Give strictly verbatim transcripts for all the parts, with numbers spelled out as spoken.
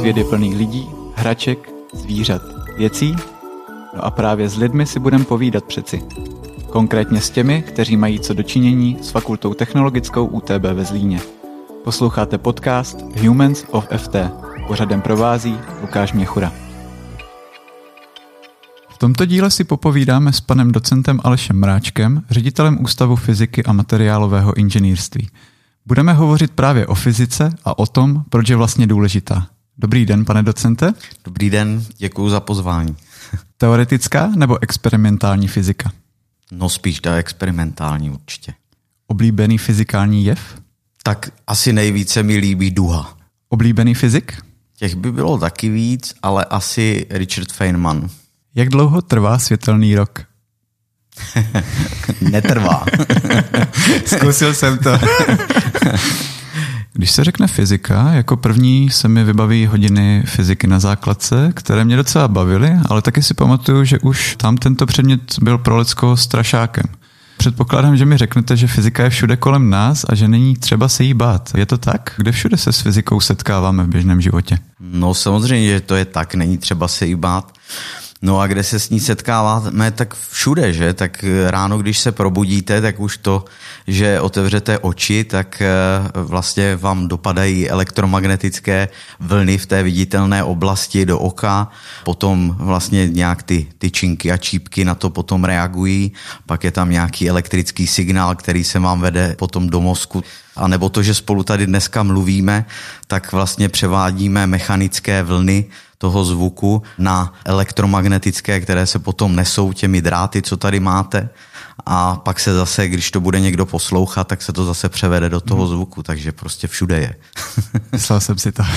Svět je plný lidí, hraček, zvířat, věcí. No a právě s lidmi si budeme povídat přeci. Konkrétně s těmi, kteří mají co dočinění s Fakultou technologickou U T B ve Zlíně. Posloucháte podcast Humans of F T. Pořadem provází Lukáš Měchura. V tomto díle si popovídáme s panem docentem Alešem Mráčkem, ředitelem Ústavu fyziky a materiálového inženýrství. Budeme hovořit právě o fyzice a o tom, proč je vlastně důležitá. Dobrý den, pane docente. Dobrý den, děkuji za pozvání. Teoretická nebo experimentální fyzika? No spíš ta experimentální určitě. Oblíbený fyzikální jev? Tak asi nejvíce mi líbí duha. Oblíbený fyzik? Těch by bylo taky víc, ale asi Richard Feynman. Jak dlouho trvá světelný rok? Netrvá. Zkusil jsem to. Když se řekne fyzika, jako první se mi vybaví hodiny fyziky na základce, které mě docela bavily, ale taky si pamatuju, že už tam tento předmět byl pro lidsko strašákem. Předpokládám, že mi řeknete, že fyzika je všude kolem nás a že není třeba se jí bát. Je to tak? Kde všude se s fyzikou setkáváme v běžném životě? No samozřejmě, že to je tak, není třeba se jí bát. No a kde se s ní setkáváme, tak všude, že? Tak ráno, když se probudíte, tak už to, že otevřete oči, tak vlastně vám dopadají elektromagnetické vlny v té viditelné oblasti do oka, potom vlastně nějak ty tyčinky a čípky na to potom reagují, pak je tam nějaký elektrický signál, který se vám vede potom do mozku. A nebo to, že spolu tady dneska mluvíme, tak vlastně převádíme mechanické vlny toho zvuku na elektromagnetické, které se potom nesou těmi dráty, co tady máte. A pak se zase, když to bude někdo poslouchat, tak se to zase převede do toho zvuku, takže prostě všude je. Myslel jsem si to.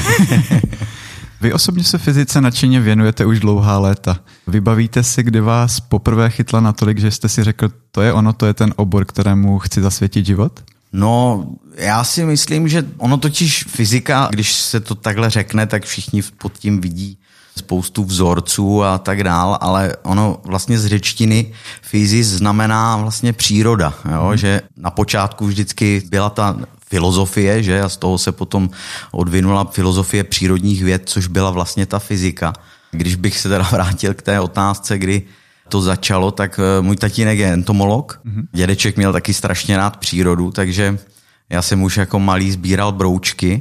Vy osobně se fyzice nadšeně věnujete už dlouhá léta. Vybavíte si, kdy vás poprvé chytla natolik, že jste si řekl, to je ono, to je ten obor, kterému chci zasvětit život? No, já si myslím, že ono totiž fyzika, když se to takhle řekne, tak všichni pod tím vidí spoustu vzorců a tak dál, ale ono vlastně z řečtiny fyzis znamená vlastně příroda, jo? Hmm. Že na počátku vždycky byla ta filozofie, že a z toho se potom odvinula filozofie přírodních věd, což byla vlastně ta fyzika. Když bych se teda vrátil k té otázce, kdy to začalo, tak můj tatínek je entomolog, mm-hmm. dědeček měl taky strašně rád přírodu, takže já jsem už jako malý sbíral broučky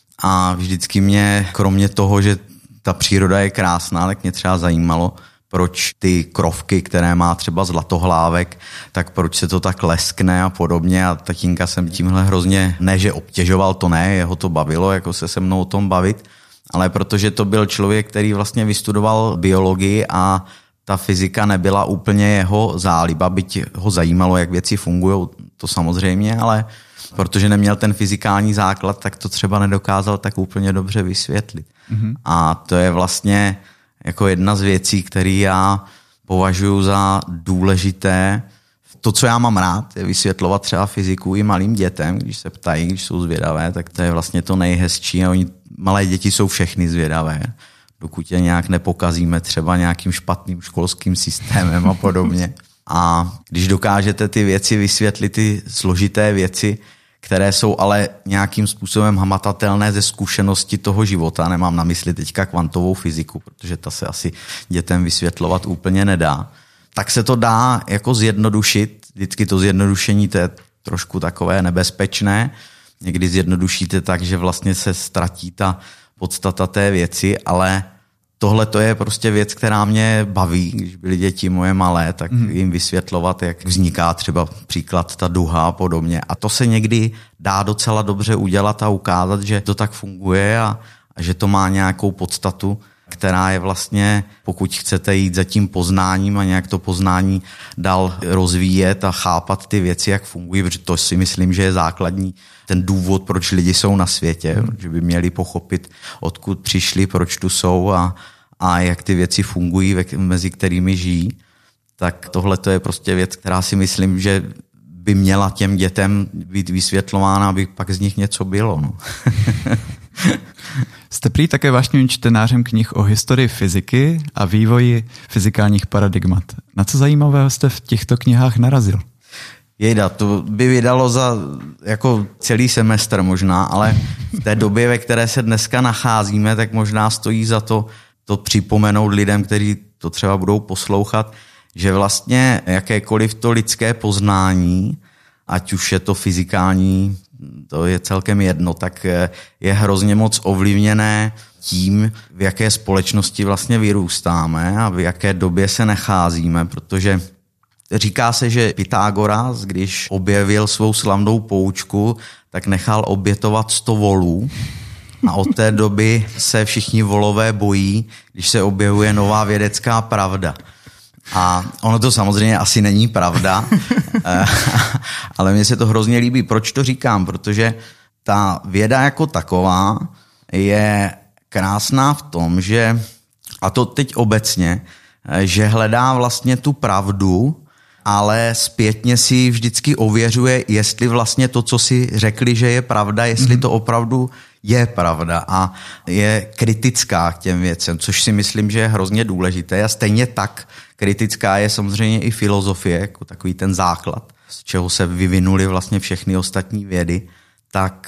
a vždycky mě, kromě toho, že ta příroda je krásná, tak mě třeba zajímalo, proč ty krovky, které má třeba zlatohlávek, tak proč se to tak leskne a podobně a tatínka jsem tímhle hrozně, ne že obtěžoval, to ne, jeho to bavilo, jako se se mnou o tom bavit, ale protože to byl člověk, který vlastně vystudoval biologii a ta fyzika nebyla úplně jeho záliba, byť ho zajímalo, jak věci fungují, to samozřejmě, ale protože neměl ten fyzikální základ, tak to třeba nedokázal tak úplně dobře vysvětlit. Mm-hmm. A to je vlastně jako jedna z věcí, které já považuji za důležité. To, co já mám rád, je vysvětlovat třeba fyziku i malým dětem, když se ptají, když jsou zvědavé, tak to je vlastně to nejhezčí a oni, malé děti jsou všechny zvědavé. Dokud je nějak nepokazíme třeba nějakým špatným školským systémem a podobně. A když dokážete ty věci vysvětlit, ty složité věci, které jsou ale nějakým způsobem hmatatelné ze zkušenosti toho života, nemám na mysli teďka kvantovou fyziku, protože ta se asi dětem vysvětlovat úplně nedá, tak se to dá jako zjednodušit. Vždycky to zjednodušení to je trošku takové nebezpečné. Někdy zjednodušíte tak, že vlastně se ztratí ta podstata té věci, ale tohle to je prostě věc, která mě baví, když byly děti moje malé, tak jim vysvětlovat, jak vzniká třeba příklad ta duha a podobně. A to se někdy dá docela dobře udělat a ukázat, že to tak funguje a, a že to má nějakou podstatu, která je vlastně, pokud chcete jít za tím poznáním a nějak to poznání dál rozvíjet a chápat ty věci, jak fungují, protože to si myslím, že je základní ten důvod, proč lidi jsou na světě, hmm. že by měli pochopit, odkud přišli, proč tu jsou a, a jak ty věci fungují, mezi kterými žijí. Tak tohle to je prostě věc, která si myslím, že by měla těm dětem být vysvětlována, aby pak z nich něco bylo. No. Jste prý také vášnivým čtenářem knih o historii fyziky a vývoji fyzikálních paradigmat. Na co zajímavého jste v těchto knihách narazil? Jejda, to by vydalo za jako celý semestr možná, ale v té době, ve které se dneska nacházíme, tak možná stojí za to to připomenout lidem, kteří to třeba budou poslouchat, že vlastně jakékoliv to lidské poznání, ať už je to fyzikální, to je celkem jedno, tak je hrozně moc ovlivněné tím, v jaké společnosti vlastně vyrůstáme a v jaké době se nacházíme, protože říká se, že Pythagoras, když objevil svou slavnou poučku, tak nechal obětovat sto volů a od té doby se všichni volové bojí, když se objevuje nová vědecká pravda. A ono to samozřejmě asi není pravda, ale mně se to hrozně líbí. Proč to říkám? Protože ta věda jako taková je krásná v tom, že, a to teď obecně, že hledá vlastně tu pravdu, ale zpětně si vždycky ověřuje, jestli vlastně to, co si řekli, že je pravda, jestli to opravdu je pravda a je kritická k těm věcem, což si myslím, že je hrozně důležité a stejně tak kritická je samozřejmě i filozofie, jako takový ten základ, z čeho se vyvinuly vlastně všechny ostatní vědy, tak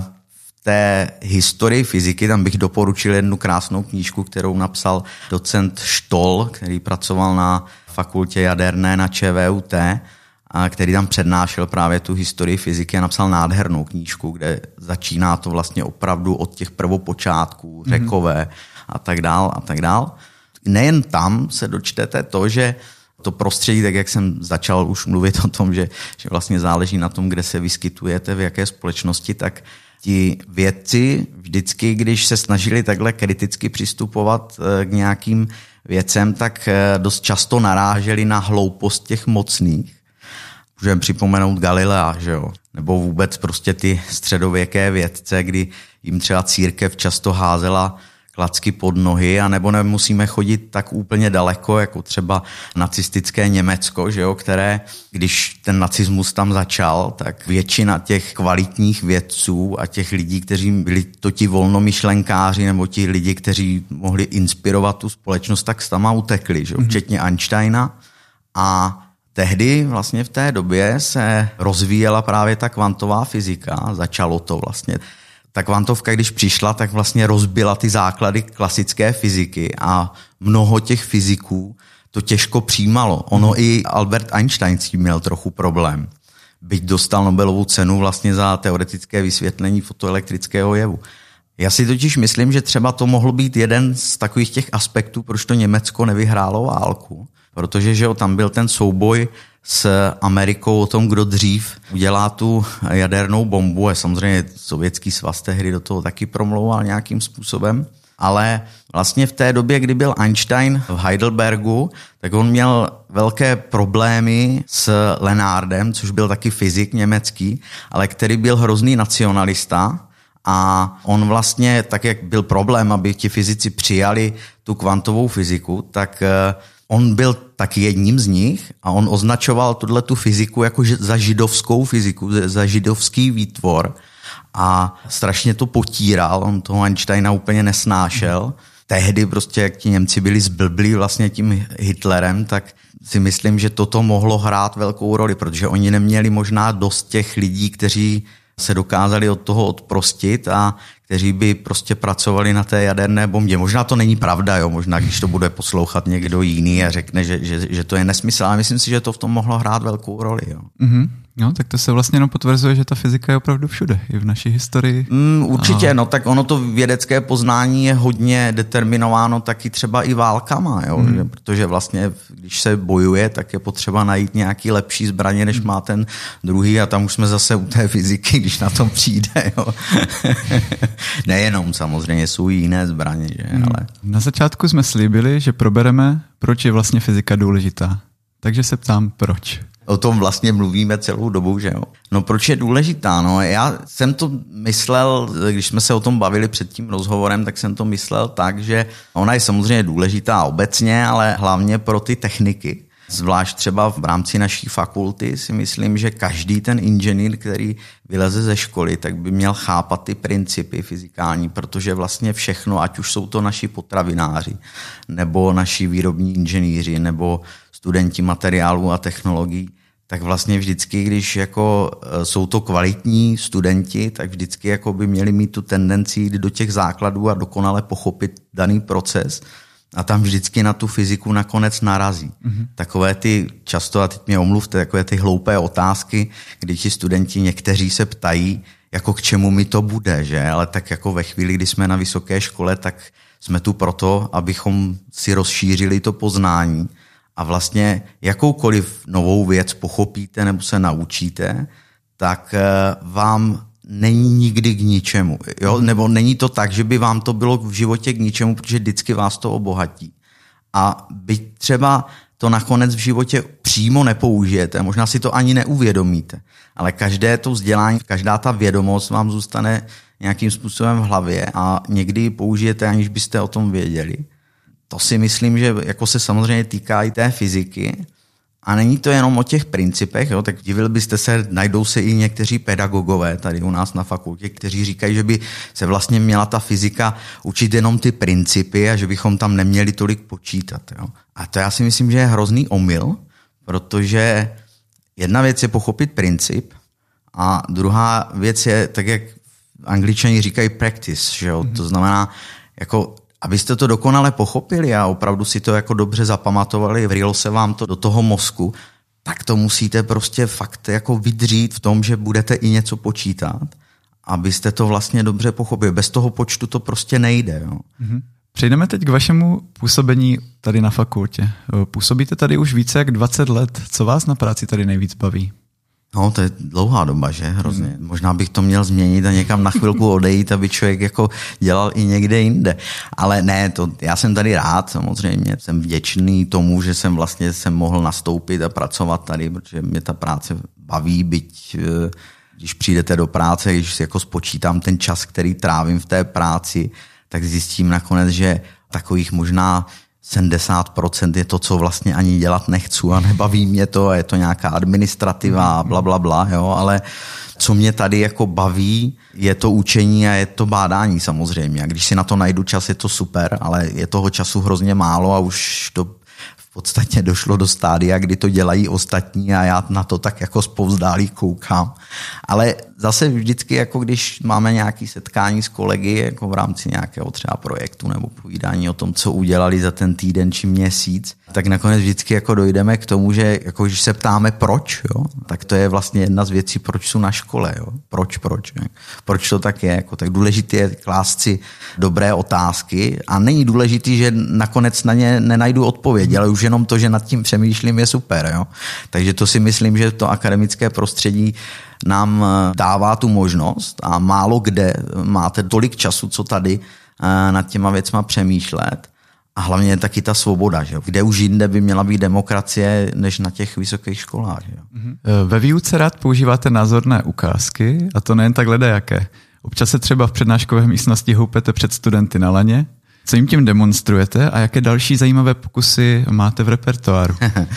v té historii fyziky, tam bych doporučil jednu krásnou knížku, kterou napsal docent Stoll, který pracoval na fakultě jaderné na ČVUT, a který tam přednášel právě tu historii fyziky a napsal nádhernou knížku, kde začíná to vlastně opravdu od těch prvopočátků, Řekové a tak dál a tak dál. Nejen tam se dočtete to, že to prostředí, tak jak jsem začal už mluvit o tom, že, že vlastně záleží na tom, kde se vyskytujete, v jaké společnosti, tak ti vědci vždycky, když se snažili takhle kriticky přistupovat k nějakým věcem, tak dost často naráželi na hloupost těch mocných. Můžeme připomenout Galilea, že jo? Nebo vůbec prostě ty středověké vědce, kdy jim třeba církev často házela klacky pod nohy, anebo nemusíme chodit tak úplně daleko, jako třeba nacistické Německo, že jo, které, když ten nacismus tam začal, tak většina těch kvalitních vědců a těch lidí, kteří byli to ti volnomyšlenkáři nebo ti lidi, kteří mohli inspirovat tu společnost, tak tam utekli, že jo, včetně Einsteina. A tehdy vlastně v té době se rozvíjela právě ta kvantová fyzika, začalo to vlastně. Ta kvantovka, když přišla, tak vlastně rozbila ty základy klasické fyziky a mnoho těch fyziků to těžko přijímalo. Ono i Albert Einstein s tím měl trochu problém. Byť dostal Nobelovu cenu vlastně za teoretické vysvětlení fotoelektrického jevu. Já si totiž myslím, že třeba to mohl být jeden z takových těch aspektů, proč to Německo nevyhrálo válku. Protože že jo, tam byl ten souboj s Amerikou o tom, kdo dřív udělá tu jadernou bombu. A samozřejmě Sovětský svaz tehdy do toho taky promlouval nějakým způsobem. Ale vlastně v té době, kdy byl Einstein v Heidelbergu, tak on měl velké problémy s Lenardem, což byl taky fyzik německý, ale který byl hrozný nacionalista. A on vlastně, tak jak byl problém, aby ti fyzici přijali tu kvantovou fyziku, tak on byl taky jedním z nich a on označoval tu fyziku jako za židovskou fyziku, za židovský výtvor a strašně to potíral, on toho Einsteina úplně nesnášel. Tehdy prostě, jak ti Němci byli zblblí vlastně tím Hitlerem, tak si myslím, že toto mohlo hrát velkou roli, protože oni neměli možná dost těch lidí, kteří se dokázali od toho odprostit a kteří by prostě pracovali na té jaderné bombě. Možná to není pravda, jo, možná když to bude poslouchat někdo jiný a řekne, že, že, že to je nesmysl, ale myslím si, že to v tom mohlo hrát velkou roli. Jo. Mm-hmm. No, tak to se vlastně jenom potvrzuje, že ta fyzika je opravdu všude, i v naší historii. Mm, určitě, a... no tak ono to vědecké poznání je hodně determinováno taky třeba i válkama, jo, mm. že, protože vlastně, když se bojuje, tak je potřeba najít nějaký lepší zbraně, než mm. má ten druhý a tam už jsme zase u té fyziky, když na to přijde, jo. Nejenom samozřejmě, jsou jiné zbraně, že, mm. ale... Na začátku jsme slíbili, že probereme, proč je vlastně fyzika důležitá. Takže se ptám, proč? O tom vlastně mluvíme celou dobu, že jo. No proč je důležitá? No já jsem to myslel, když jsme se o tom bavili před tím rozhovorem, tak jsem to myslel tak, že ona je samozřejmě důležitá obecně, ale hlavně pro ty techniky. Zvlášť třeba v rámci naší fakulty si myslím, že každý ten inženýr, který vyleze ze školy, tak by měl chápat ty principy fyzikální, protože vlastně všechno, ať už jsou to naši potravináři, nebo naši výrobní inženýři, nebo studenti materiálů a technologií, tak vlastně vždycky, když jako jsou to kvalitní studenti, tak vždycky jako by měli mít tu tendenci jít do těch základů a dokonale pochopit daný proces a tam vždycky na tu fyziku nakonec narazí. Mm-hmm. Takové ty, často, a teď mě omluvte, takové ty hloupé otázky, kdy ti studenti někteří se ptají, jako k čemu mi to bude, že? Ale tak jako ve chvíli, kdy jsme na vysoké škole, tak jsme tu proto, abychom si rozšířili to poznání a vlastně jakoukoliv novou věc pochopíte nebo se naučíte, tak vám není nikdy k ničemu. Jo? Nebo není to tak, že by vám to bylo v životě k ničemu, protože vždycky vás to obohatí. A byť třeba to nakonec v životě přímo nepoužijete, možná si to ani neuvědomíte, ale každé to vzdělání, každá ta vědomost vám zůstane nějakým způsobem v hlavě a někdy použijete, aniž byste o tom věděli. To si myslím, že jako se samozřejmě týká i té fyziky a není to jenom o těch principech, jo? Tak divil byste se, najdou se i někteří pedagogové tady u nás na fakultě, kteří říkají, že by se vlastně měla ta fyzika učit jenom ty principy a že bychom tam neměli tolik počítat. Jo? A to já si myslím, že je hrozný omyl, protože jedna věc je pochopit princip a druhá věc je, tak jak Angličani říkají practice, že jo? Mm-hmm. To znamená, jako abyste to dokonale pochopili a opravdu si to jako dobře zapamatovali, vrilo se vám to do toho mozku, tak to musíte prostě fakt jako vydřít v tom, že budete i něco počítat, abyste to vlastně dobře pochopili. Bez toho počtu to prostě nejde. Jo. Mm-hmm. Přejdeme teď k vašemu působení tady na fakultě. Působíte tady už více jak dvacet let. Co vás na práci tady nejvíc baví? No, to je dlouhá doba, že? Hrozně. Hmm. Možná bych to měl změnit a někam na chvilku odejít, aby člověk jako dělal i někde jinde. Ale ne, to, já jsem tady rád, samozřejmě. Jsem vděčný tomu, že jsem vlastně jsem mohl nastoupit a pracovat tady, protože mě ta práce baví, byť když přijdete do práce, když si jako spočítám ten čas, který trávím v té práci, tak zjistím nakonec, že takových možná sedmdesát procent je to, co vlastně ani dělat nechci a nebaví mě to a je to nějaká administrativa a bla, bla, bla, jo, ale co mě tady jako baví, je to učení a je to bádání samozřejmě. A když si na to najdu čas, je to super, ale je toho času hrozně málo a už to v podstatě došlo do stádia, kdy to dělají ostatní a já na to tak jako zpovzdálí koukám. Ale zase vždycky, jako když máme nějaké setkání s kolegy jako v rámci nějakého třeba projektu nebo povídání o tom, co udělali za ten týden či měsíc, tak nakonec vždycky jako dojdeme k tomu, že jako když se ptáme proč, jo, tak to je vlastně jedna z věcí, proč jsou na škole. Jo. Proč, proč? Ne? Proč to tak je? Jako, tak důležité je klást si dobré otázky a není důležitý, že nakonec na ně nenajdu odpověď, ale už jenom to, že nad tím přemýšlím, je super. Jo. Takže to si myslím, že to akademické prostředí nám dává tu možnost a málo kde máte tolik času, co tady nad těma věcma přemýšlet. A hlavně je taky ta svoboda, že? Kde už jinde by měla být demokracie, než na těch vysokých školách. Že? Ve výuce rád používáte názorné ukázky, a to nejen tak ledajaké. Občas se třeba v přednáškové místnosti houpete před studenty na laně. Co jim tím demonstrujete a jaké další zajímavé pokusy máte v repertoáru?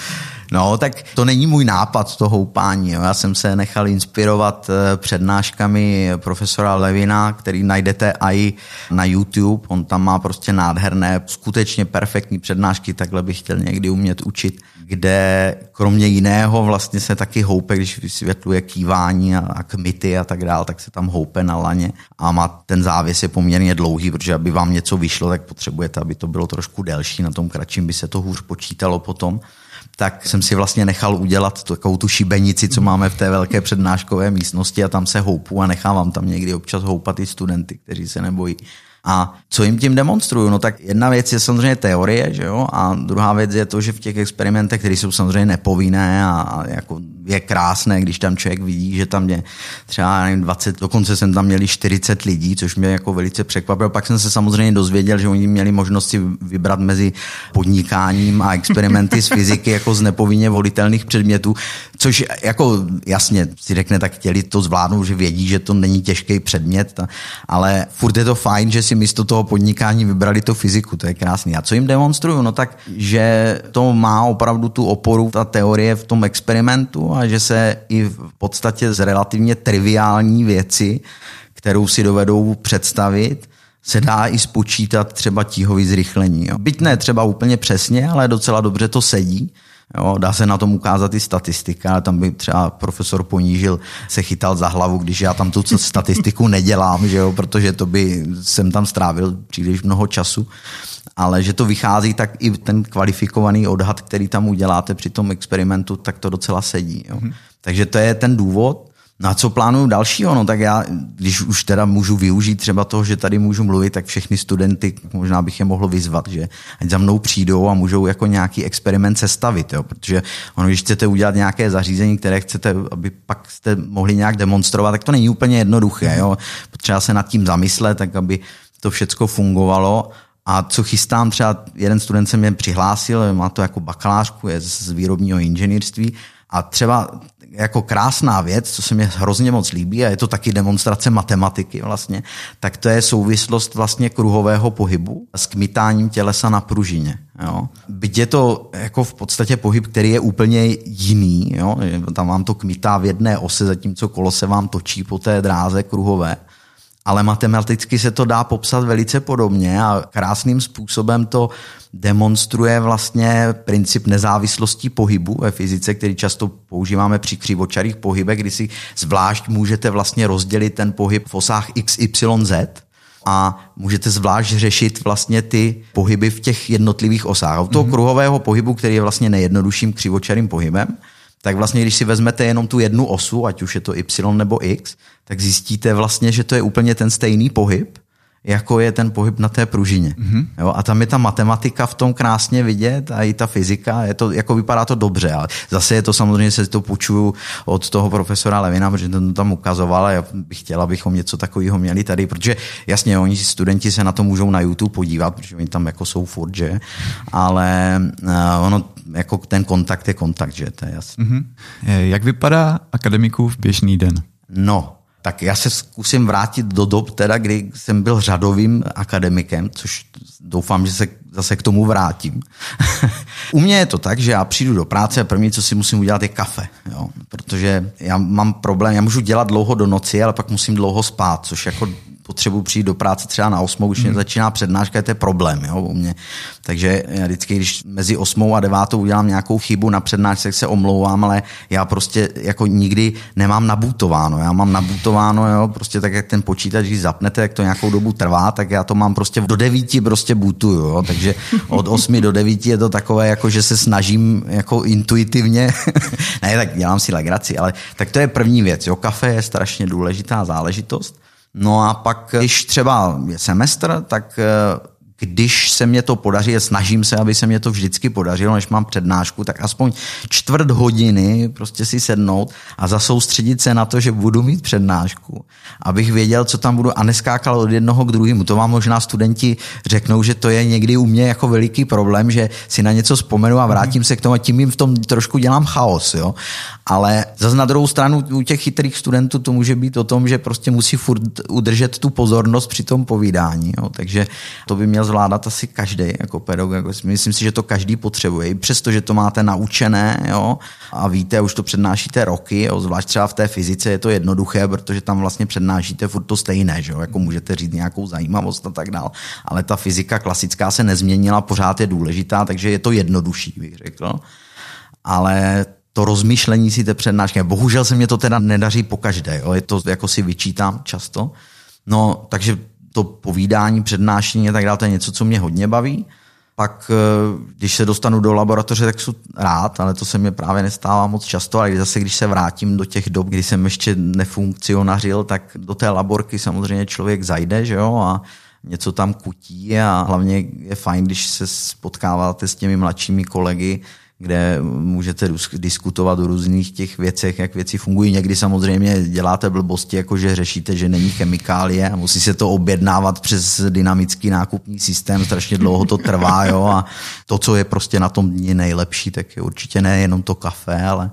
No, tak to není můj nápad, to houpání. Jo. Já jsem se nechal inspirovat přednáškami profesora Levina, který najdete i na YouTube. On tam má prostě nádherné, skutečně perfektní přednášky, takhle bych chtěl někdy umět učit, kde kromě jiného vlastně se taky houpe, když vysvětluje kývání a, a kmity a tak dál, tak se tam houpe na laně a má, ten závěs je poměrně dlouhý, protože aby vám něco vyšlo, tak potřebujete, aby to bylo trošku delší, na tom kratším by se to hůř počítalo potom. Tak jsem si vlastně nechal udělat takovou tu šibenici, co máme v té velké přednáškové místnosti a tam se houpu a nechávám tam někdy občas houpat i studenty, kteří se nebojí. A co jim tím demonstruju? No tak jedna věc je samozřejmě teorie, že jo? A druhá věc je to, že v těch experimentech, které jsou samozřejmě nepovinné a jako je krásné, když tam člověk vidí, že tam je třeba nevím, dvacet, dokonce jsem tam měli čtyřicet lidí, což mě jako velice překvapilo. Pak jsem se samozřejmě dozvěděl, že oni měli možnost si vybrat mezi podnikáním a experimenty z fyziky jako z nepovinně volitelných předmětů, což jako jasně si řekne, tak chtěli to zvládnout, že vědí, že to není těžký předmět, ale furt je to fajn, že si místo toho podnikání vybrali tu fyziku, to je krásný. A co jim demonstruju? No tak, že to má opravdu tu oporu, ta teorie v tom experimentu a že se i v podstatě z relativně triviální věci, kterou si dovedou představit, se dá i spočítat třeba tíhový zrychlení. Jo. Byť ne třeba úplně přesně, ale docela dobře to sedí. Jo, dá se na tom ukázat i statistika, ale tam by třeba profesor Ponížil se chytal za hlavu, když já tam tu statistiku nedělám, že jo, protože to by jsem tam strávil příliš mnoho času. Ale že to vychází, tak i ten kvalifikovaný odhad, který tam uděláte při tom experimentu, tak to docela sedí. Jo. Hmm. Takže to je ten důvod. No a co plánuju dalšího? No tak já, když už teda můžu využít třeba toho, že tady můžu mluvit, tak všechny studenty, možná bych je mohl vyzvat, že ať za mnou přijdou a můžou jako nějaký experiment sestavit, jo. Protože ono, když chcete udělat nějaké zařízení, které chcete, aby pak jste mohli nějak demonstrovat, tak to není úplně jednoduché. Jo. Potřeba se nad tím zamyslet, tak aby to všecko fungovalo. A co chystám, třeba jeden student se mě přihlásil, má to jako bakalářku, je z výrobního inženýrství a třeba jako krásná věc, co se mi hrozně moc líbí a je to taky demonstrace matematiky vlastně, tak to je souvislost vlastně kruhového pohybu s kmitáním tělesa na pružině. Jo. Byť je to jako v podstatě pohyb, který je úplně jiný, jo. Tam vám to kmitá v jedné ose, zatímco kolo se vám točí po té dráze kruhové. Ale matematicky se to dá popsat velice podobně a krásným způsobem to demonstruje vlastně princip nezávislosti pohybu ve fyzice, který často používáme při křivočarých pohybech, kdy si zvlášť můžete vlastně rozdělit ten pohyb v osách x, y, z a můžete zvlášť řešit vlastně ty pohyby v těch jednotlivých osách. A u toho mm-hmm. kruhového pohybu, který je vlastně nejjednodušším křivočarým pohybem, tak vlastně, když si vezmete jenom tu jednu osu, ať už je to y nebo x, tak zjistíte vlastně, že to je úplně ten stejný pohyb, jako je ten pohyb na té pružině. Mm-hmm. Jo, a tam je ta matematika v tom krásně vidět a i ta fyzika, je to, jako vypadá to dobře, ale zase je to samozřejmě, se to počuju od toho profesora Levina, protože ten to tam ukazoval a já bych chtěla, abychom něco takového měli tady, protože jasně, oni studenti se na to můžou na YouTube podívat, protože oni tam jako jsou furt, že? Ale uh, ono, jako ten kontakt je kontakt, že? To je jasné. Mm-hmm. Jak vypadá akademikův běžný den? No, tak já se zkusím vrátit do dob, teda, kdy jsem byl řadovým akademikem, což doufám, že se zase k tomu vrátím. U mě je to tak, že já přijdu do práce a první, co si musím udělat, je kafe. Jo? Protože já mám problém, já můžu dělat dlouho do noci, ale pak musím dlouho spát, což jako potřebuji přijít do práce třeba na osmou, když mě hmm. začíná přednáška, to je problém, jo, u mě. Takže já vždycky, když mezi osmou a devátou udělám nějakou chybu na přednášce, tak se omlouvám, ale já prostě jako nikdy nemám nabootováno. Já mám nabootováno, jo, prostě tak, jak ten počítač, když zapnete, jak to nějakou dobu trvá, tak já to mám prostě do devíti prostě bootuju, jo, takže od osmi do devíti je to takové, jako že se snažím jako intuitivně, ne, tak dělám si legraci, ale tak to je první věc, jo, kafe je strašně důležitá záležitost. No a pak, když třeba je semestr, tak když se mě to podaří, snažím se, aby se mě to vždycky podařilo, než mám přednášku, tak aspoň čtvrt hodiny prostě si sednout a zasoustředit se na to, že budu mít přednášku, abych věděl, co tam budu a neskákal od jednoho k druhému. To vám možná studenti řeknou, že to je někdy u mě jako veliký problém, že si na něco vzpomenu a vrátím se k tomu a tím jim v tom trošku dělám chaos, jo. Ale zase na druhou stranu u těch chytrých studentů to může být o tom, že prostě musí furt udržet tu pozornost při tom povídání, jo. Takže to by měl zvládat asi každý jako pedagog. Myslím si, že to každý potřebuje. I přesto, že to máte naučené, jo, a víte, už to přednášíte roky, jo, zvlášť třeba v té fyzice je to jednoduché, protože tam vlastně přednášíte furt to stejné, že jo, jako můžete říct nějakou zajímavost a tak dál. Ale ta fyzika klasická se nezměnila, pořád je důležitá, takže je to jednodušší, bych řekl. Ale to rozmýšlení si té přednášky, bohužel se mě to teda nedaří pokaždé, jo, je to, jako si vyčítám často. No, takže to povídání, přednášení a tak dále, to je něco, co mě hodně baví. Pak, když se dostanu do laboratoře, tak jsem rád, ale to se mi právě nestává moc často, ale zase, když se vrátím do těch dob, kdy jsem ještě nefunkcionařil, tak do té laborky samozřejmě člověk zajde, že jo, a něco tam kutí a hlavně je fajn, když se potkáváte s těmi mladšími kolegy, kde můžete diskutovat o různých těch věcech, jak věci fungují. Někdy samozřejmě děláte blbosti, jako že řešíte, že není chemikálie a musí se to objednávat přes dynamický nákupní systém, strašně dlouho to trvá, jo, a to, co je prostě na tom dni nejlepší, tak je určitě ne jenom to kafe, ale,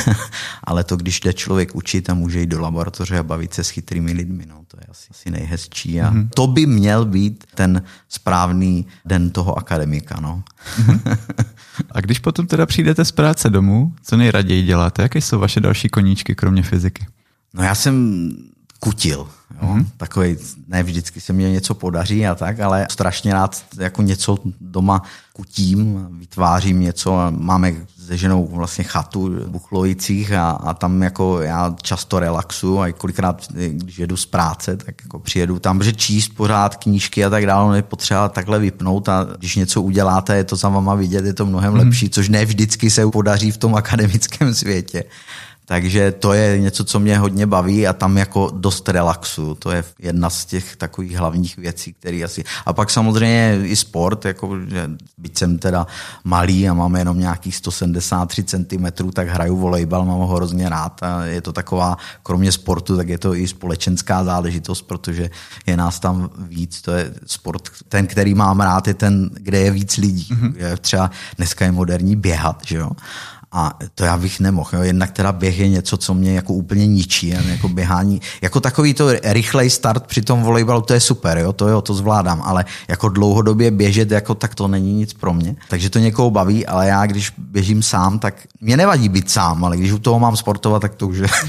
ale to, když jde člověk učit a může jít do laboratoře a bavit se s chytrými lidmi, no, to je asi, asi nejhezčí a mm-hmm. to by měl být ten správný den toho akademika, no. Mm-hmm. A když potom teda přijdete z práce domů, co nejraději děláte? Jaké jsou vaše další koníčky, kromě fyziky? No já jsem kutil. Jo? Mm-hmm. Takový, ne vždycky se mně něco podaří a tak, ale strašně rád jako něco doma kutím, vytvářím něco a máme se ženou vlastně chatu v Buchlovicích a, a tam jako já často relaxuju a kolikrát, když jedu z práce, tak jako přijedu tam, že číst pořád knížky a tak dále, je potřeba takhle vypnout a když něco uděláte, je to za váma vidět, je to mnohem hmm. lepší, což ne vždycky se podaří v tom akademickém světě. Takže to je něco, co mě hodně baví a tam jako dost relaxu. To je jedna z těch takových hlavních věcí, které asi... A pak samozřejmě i sport, jako, že byť jsem teda malý a máme jenom nějakých sto sedmdesát tři centimetrů, tak hraju volejbal, mám ho hrozně rád a je to taková, kromě sportu, tak je to i společenská záležitost, protože je nás tam víc. To je sport, ten, který mám rád, je ten, kde je víc lidí. Mm-hmm. Třeba dneska je moderní běhat, že jo? A to já bych nemohl. Jo. Jednak teda běh je něco, co mě jako úplně ničí. Jako běhání, jako takový to rychlej start při tom volejbalu, to je super, jo, to jo, to zvládám, ale jako dlouhodobě běžet, jako tak to není nic pro mě. Takže to někoho baví, ale já, když běžím sám, tak mě nevadí být sám, ale když u toho mám sportovat, tak to už je.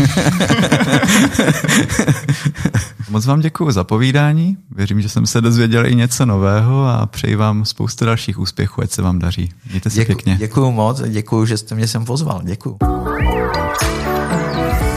Moc vám děkuju za povídání. Věřím, že jsem se dozvěděl i něco nového a přeji vám spoustu dalších úspěchů, ať se vám daří. Mějte se Děku, pěkně. Děkuju moc, děkuju, že jste mě sem pozval. Děkuju.